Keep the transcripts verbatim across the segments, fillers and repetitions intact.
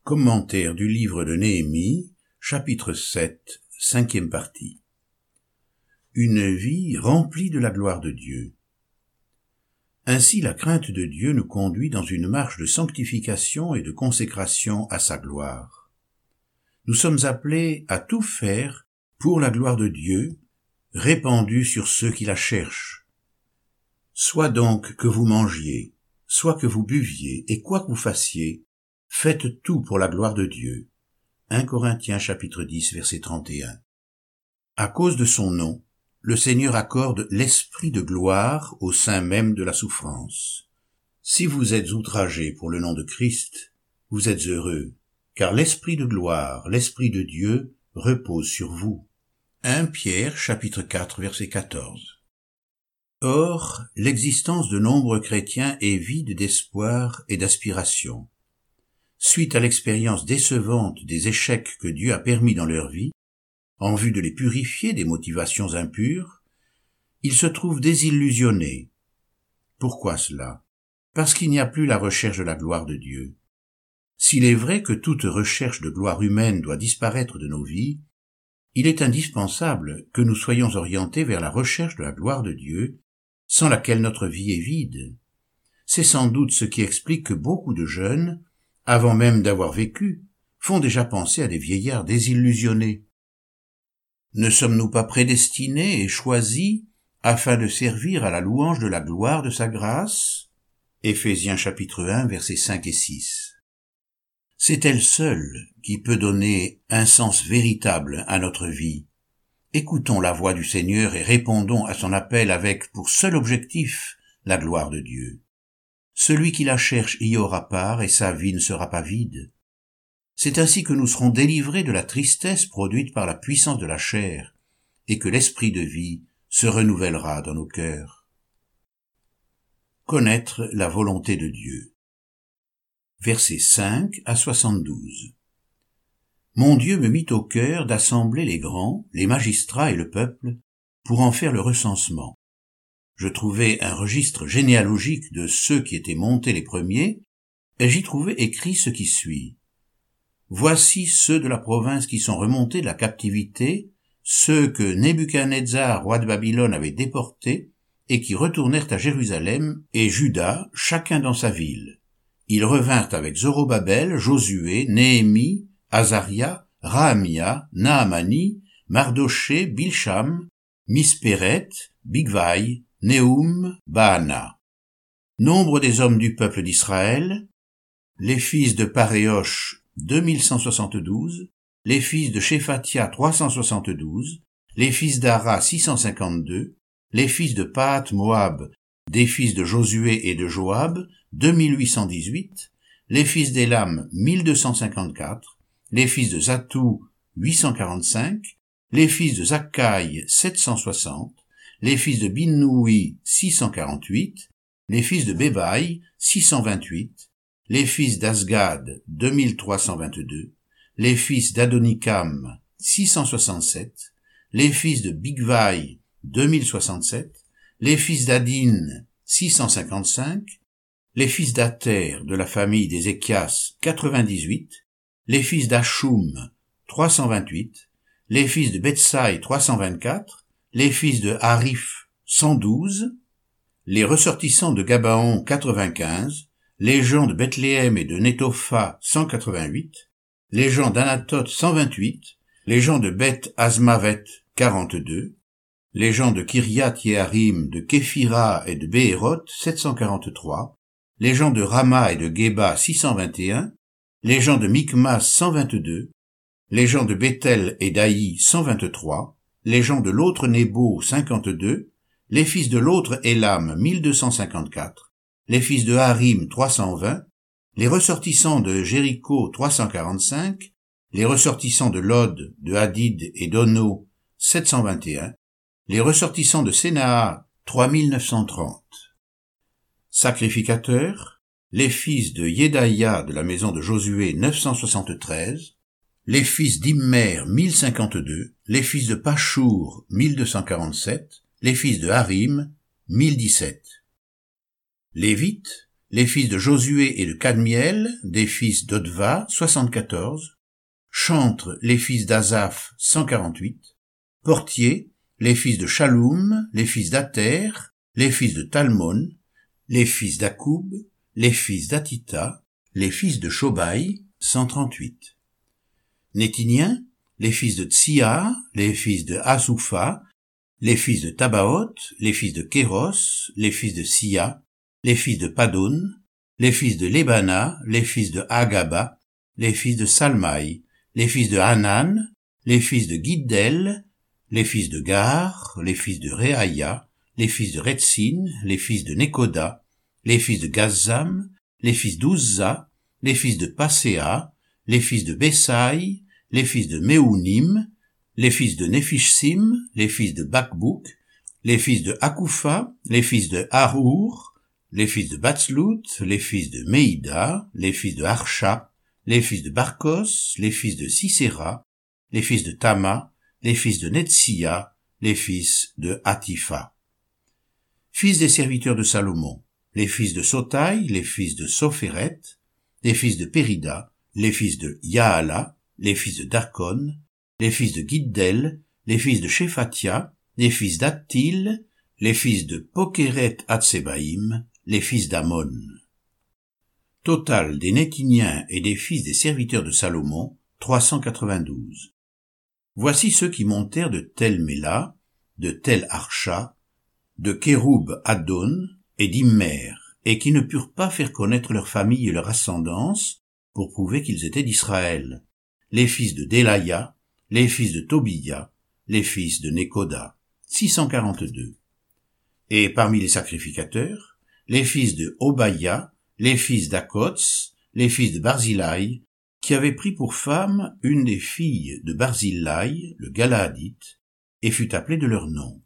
Commentaire du livre de Néhémie, chapitre sept, cinquième partie. Une vie remplie de la gloire de Dieu. Ainsi la crainte de Dieu nous conduit dans une marche de sanctification et de consécration à sa gloire. Nous sommes appelés à tout faire pour la gloire de Dieu, répandue sur ceux qui la cherchent. Soit donc que vous mangiez, soit que vous buviez, et quoi que vous fassiez, faites tout pour la gloire de Dieu. un Corinthiens chapitre dix verset trente et un. À cause de son nom, le Seigneur accorde l'esprit de gloire au sein même de la souffrance. Si vous êtes outragés pour le nom de Christ, vous êtes heureux, car l'esprit de gloire, l'esprit de Dieu, repose sur vous. un Pierre chapitre quatre verset quatorze. Or, l'existence de nombreux chrétiens est vide d'espoir et d'aspiration. Suite à l'expérience décevante des échecs que Dieu a permis dans leur vie, en vue de les purifier des motivations impures, ils se trouvent désillusionnés. Pourquoi cela? Parce qu'il n'y a plus la recherche de la gloire de Dieu. S'il est vrai que toute recherche de gloire humaine doit disparaître de nos vies, il est indispensable que nous soyons orientés vers la recherche de la gloire de Dieu, sans laquelle notre vie est vide. C'est sans doute ce qui explique que beaucoup de jeunes, avant même d'avoir vécu, font déjà penser à des vieillards désillusionnés. Ne sommes-nous pas prédestinés et choisis afin de servir à la louange de la gloire de sa grâce? Éphésiens chapitre un versets cinq et six. C'est elle seule qui peut donner un sens véritable à notre vie. Écoutons la voix du Seigneur et répondons à son appel avec pour seul objectif la gloire de Dieu. Celui qui la cherche y aura part et sa vie ne sera pas vide. C'est ainsi que nous serons délivrés de la tristesse produite par la puissance de la chair et que l'esprit de vie se renouvellera dans nos cœurs. Connaître la volonté de Dieu. Versets cinq à soixante-douze. Mon Dieu me mit au cœur d'assembler les grands, les magistrats et le peuple pour en faire le recensement. Je trouvai un registre généalogique de ceux qui étaient montés les premiers, et j'y trouvai écrit ce qui suit. Voici ceux de la province qui sont remontés de la captivité, ceux que Nebuchadnezzar, roi de Babylone, avait déportés, et qui retournèrent à Jérusalem et Juda, chacun dans sa ville. Ils revinrent avec Zorobabel, Josué, Néhémie, Azaria, Rahamia, Naamani, Mardoché, Bilsham, Mispéret, Bigvaï, Néhum, Baana. Nombre des hommes du peuple d'Israël, les fils de Paréosh, deux mille cent soixante-douze, les fils de Shephatia, trois cent soixante-douze, les fils d'Ara, six cent cinquante-deux, les fils de Pahat Moab, des fils de Josué et de Joab, deux mille huit cent dix-huit, les fils d'Élam, mille deux cent cinquante-quatre, les fils de Zatou, huit cent quarante-cinq, les fils de Zakkai, sept cent soixante, les fils de Binnoui, six cent quarante-huit, les fils de Bébaï, six cent vingt-huit, les fils d'Azgad, deux mille trois cent vingt-deux, les fils d'Adonikam, six cent soixante-sept, les fils de Bigvaï, deux mille soixante-sept, les fils d'Adin, six cent cinquante-cinq, les fils d'Ater de la famille des Échias, quatre-vingt-dix-huit, les fils d'Ashum, trois cent vingt-huit, les fils de Bethsaï, trois cent vingt-quatre, les fils de Harif, cent douze, les ressortissants de Gabaon, quatre-vingt-quinze, les gens de Bethléem et de Netopha, cent quatre-vingt-huit, les gens d'Anatoth, cent vingt-huit, les gens de Beth Azmavet, quarante-deux, les gens de Kiriath Yearim, de Képhira et de Béhéroth, sept cent quarante-trois, les gens de Rama et de Geba, six cent vingt et un, les gens de Mikmas, cent vingt-deux, les gens de Bethel et d'Aï, cent vingt-trois, les gens de l'autre Nébo, cinquante-deux, les fils de l'autre Élam, mille deux cent cinquante-quatre, les fils de Harim, trois cent vingt, les ressortissants de Jéricho, trois cent quarante-cinq, les ressortissants de Lod, de Hadid et d'Ono, sept cent vingt et un, les ressortissants de Sénaa, trois mille neuf cent trente. Sacrificateurs, les fils de Yedaïa de la maison de Josué, neuf cent soixante-treize, les fils d'Immer, mille cinquante-deux, les fils de Pachour, mille deux cent quarante-sept, les fils de Harim, mille dix-sept. Lévites, Les fils de Josué et de Cadmiel, des fils d'Odva, soixante-quatorze. Chantres, les fils d'Azaph, cent quarante-huit. Portiers, les fils de Shaloum, les fils d'Ater, les fils de Talmon, les fils d'Akoub, les fils d'Atita, les fils de Shobaï, cent trente-huit. Nétiniens, les fils de Tsia, les fils de Hasoufa, les fils de Tabaoth, les fils de Kéros, les fils de Sia, les fils de Padoun, les fils de Lebana, les fils de Agaba, les fils de Salmaï, les fils de Hanan, les fils de Giddel, les fils de Gar, les fils de Rehaïa, les fils de Retsin, les fils de Nekoda, les fils de Gazam, les fils d'Uzza, les fils de Paséa, les fils de Besaï, les fils de Méounim, les fils de Nephishsim, les fils de Bakbouk, les fils de Akoufa, les fils de Harour, les fils de Batslout, les fils de Meïda, les fils de Harsha, les fils de Barkos, les fils de Sisera, les fils de Tama, les fils de Netsia, les fils de Hatifa. Fils des serviteurs de Salomon, les fils de Sotaï, les fils de Sophéret, les fils de Périda, les fils de Yahala, les fils de Darkon, les fils de Giddel, les fils de Shephatia, les fils d'Attil, les fils de Pokeret Hatsebaïm, les fils d'Amon. Total des Nétiniens et des fils des serviteurs de Salomon, trois cent quatre-vingt-douze. Voici ceux qui montèrent de Tel Méla, de Tel Harsha, de Kéroub Adon et d'Immer, et qui ne purent pas faire connaître leur famille et leur ascendance, pour prouver qu'ils étaient d'Israël, les fils de Délaya, les fils de Tobia, les fils de Nekoda, six cent quarante-deux. Et parmi les sacrificateurs, les fils de Obaya, les fils d'Akots, les fils de Barzillai, qui avaient pris pour femme une des filles de Barzillai, le Galaadite, et fut appelée de leur nom.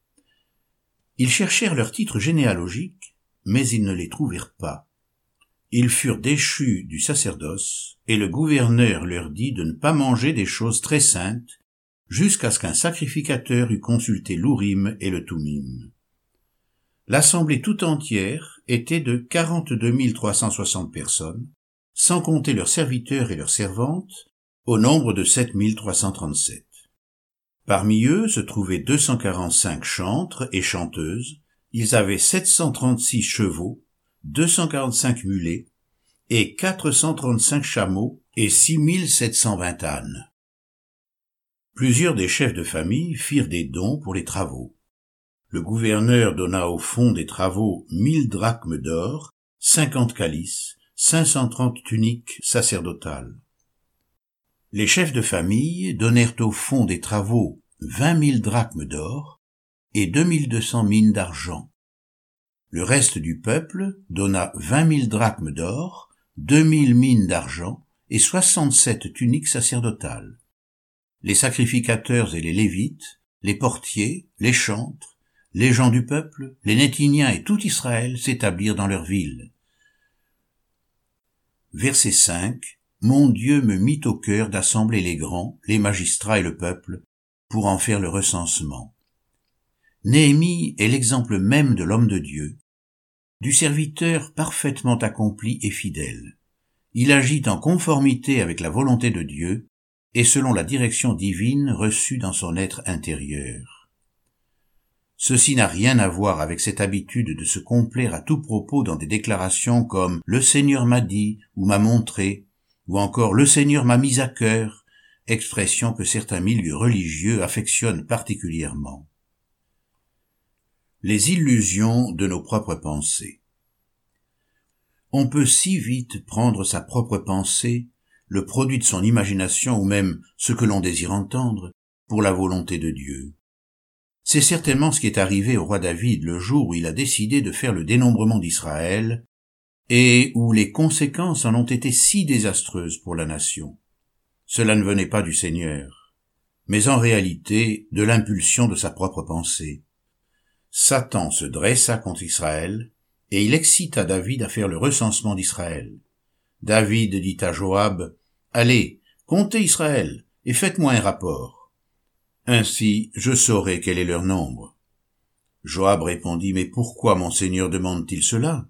Ils cherchèrent leur titre généalogique, mais ils ne les trouvèrent pas. Ils furent déchus du sacerdoce, et le gouverneur leur dit de ne pas manger des choses très saintes, jusqu'à ce qu'un sacrificateur eût consulté l'Urim et le Thummim. L'assemblée tout entière était de quarante-deux mille trois cent soixante personnes, sans compter leurs serviteurs et leurs servantes, au nombre de sept mille trois cent trente-sept. Parmi eux se trouvaient deux cent quarante-cinq chantres et chanteuses, ils avaient sept cent trente-six chevaux, deux cent quarante-cinq mulets, et quatre cent trente-cinq chameaux et six mille sept cent vingt ânes. Plusieurs des chefs de famille firent des dons pour les travaux. Le gouverneur donna au fond des travaux mille drachmes d'or, cinquante calices, cinq cent trente tuniques sacerdotales. Les chefs de famille donnèrent au fond des travaux vingt mille drachmes d'or et deux mille deux cents mines d'argent. Le reste du peuple donna vingt mille drachmes d'or, deux mille mines d'argent et soixante-sept tuniques sacerdotales. Les sacrificateurs et les lévites, les portiers, les chantres, les gens du peuple, les Nétiniens et tout Israël s'établirent dans leur ville. Verset cinq. Mon Dieu me mit au cœur d'assembler les grands, les magistrats et le peuple, pour en faire le recensement. Néhémie est l'exemple même de l'homme de Dieu, du serviteur parfaitement accompli et fidèle. Il agit en conformité avec la volonté de Dieu et selon la direction divine reçue dans son être intérieur. Ceci n'a rien à voir avec cette habitude de se complaire à tout propos dans des déclarations comme « Le Seigneur m'a dit » ou « m'a montré » ou encore « Le Seigneur m'a mis à cœur », expression que certains milieux religieux affectionnent particulièrement. Les illusions de nos propres pensées. On peut si vite prendre sa propre pensée, le produit de son imagination ou même ce que l'on désire entendre, pour la volonté de Dieu. C'est certainement ce qui est arrivé au roi David le jour où il a décidé de faire le dénombrement d'Israël et où les conséquences en ont été si désastreuses pour la nation. Cela ne venait pas du Seigneur, mais en réalité de l'impulsion de sa propre pensée. Satan se dressa contre Israël et il excita David à faire le recensement d'Israël. David dit à Joab, « Allez, comptez Israël et faites-moi un rapport. Ainsi, je saurai quel est leur nombre. » Joab répondit, « Mais pourquoi mon Seigneur demande-t-il cela?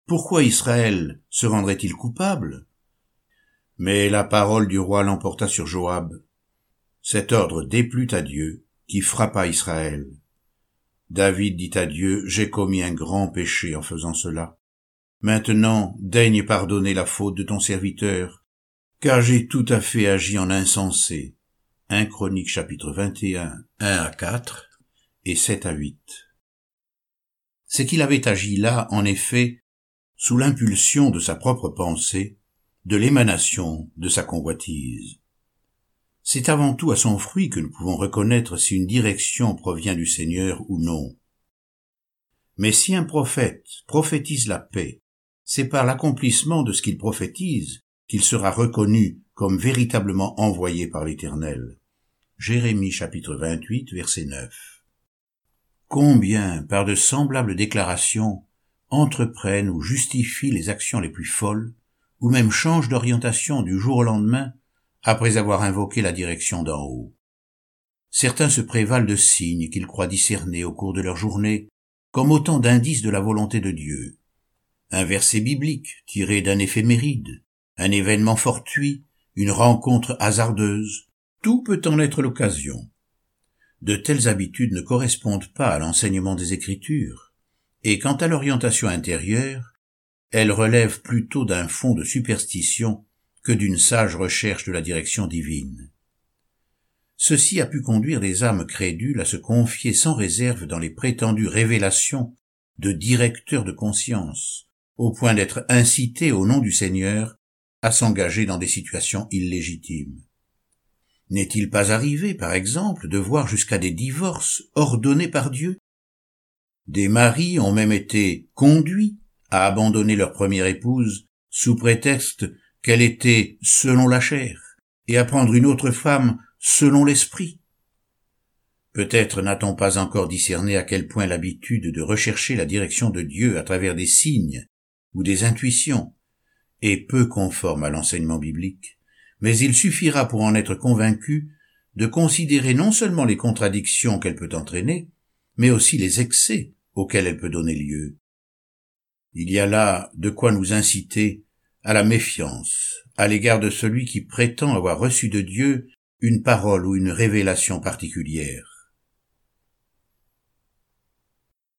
pourquoi Israël se rendrait-il coupable? Mais la parole du roi l'emporta sur Joab. Cet ordre déplut à Dieu, qui frappa Israël. David dit à Dieu, « J'ai commis un grand péché en faisant cela. Maintenant, daigne pardonner la faute de ton serviteur, car j'ai tout à fait agi en insensé. » un Chroniques chapitre vingt et un, un à quatre et sept à huit. C'est qu'il avait agi là, en effet, sous l'impulsion de sa propre pensée, de l'émanation de sa convoitise. C'est avant tout à son fruit que nous pouvons reconnaître si une direction provient du Seigneur ou non. Mais si un prophète prophétise la paix, c'est par l'accomplissement de ce qu'il prophétise qu'il sera reconnu comme véritablement envoyé par l'Éternel. Jérémie chapitre vingt-huit, verset neuf. Combien, par de semblables déclarations, entreprennent ou justifient les actions les plus folles, ou même changent d'orientation du jour au lendemain, après avoir invoqué la direction d'en haut. Certains se prévalent de signes qu'ils croient discerner au cours de leur journée, comme autant d'indices de la volonté de Dieu. Un verset biblique tiré d'un éphéméride, un événement fortuit, une rencontre hasardeuse, tout peut en être l'occasion. De telles habitudes ne correspondent pas à l'enseignement des Écritures, et quant à l'orientation intérieure, elles relèvent plutôt d'un fond de superstition que d'une sage recherche de la direction divine. Ceci a pu conduire les âmes crédules à se confier sans réserve dans les prétendues révélations de directeurs de conscience, au point d'être incités au nom du Seigneur à s'engager dans des situations illégitimes. N'est-il pas arrivé, par exemple, de voir jusqu'à des divorces ordonnés par Dieu? Des maris ont même été conduits à abandonner leur première épouse sous prétexte qu'elle était selon la chair et à prendre une autre femme selon l'esprit. Peut-être n'a-t-on pas encore discerné à quel point l'habitude de rechercher la direction de Dieu à travers des signes ou des intuitions est peu conforme à l'enseignement biblique, mais il suffira pour en être convaincu de considérer non seulement les contradictions qu'elle peut entraîner, mais aussi les excès auxquels elle peut donner lieu. Il y a là de quoi nous inciter à la méfiance à l'égard de celui qui prétend avoir reçu de Dieu une parole ou une révélation particulière.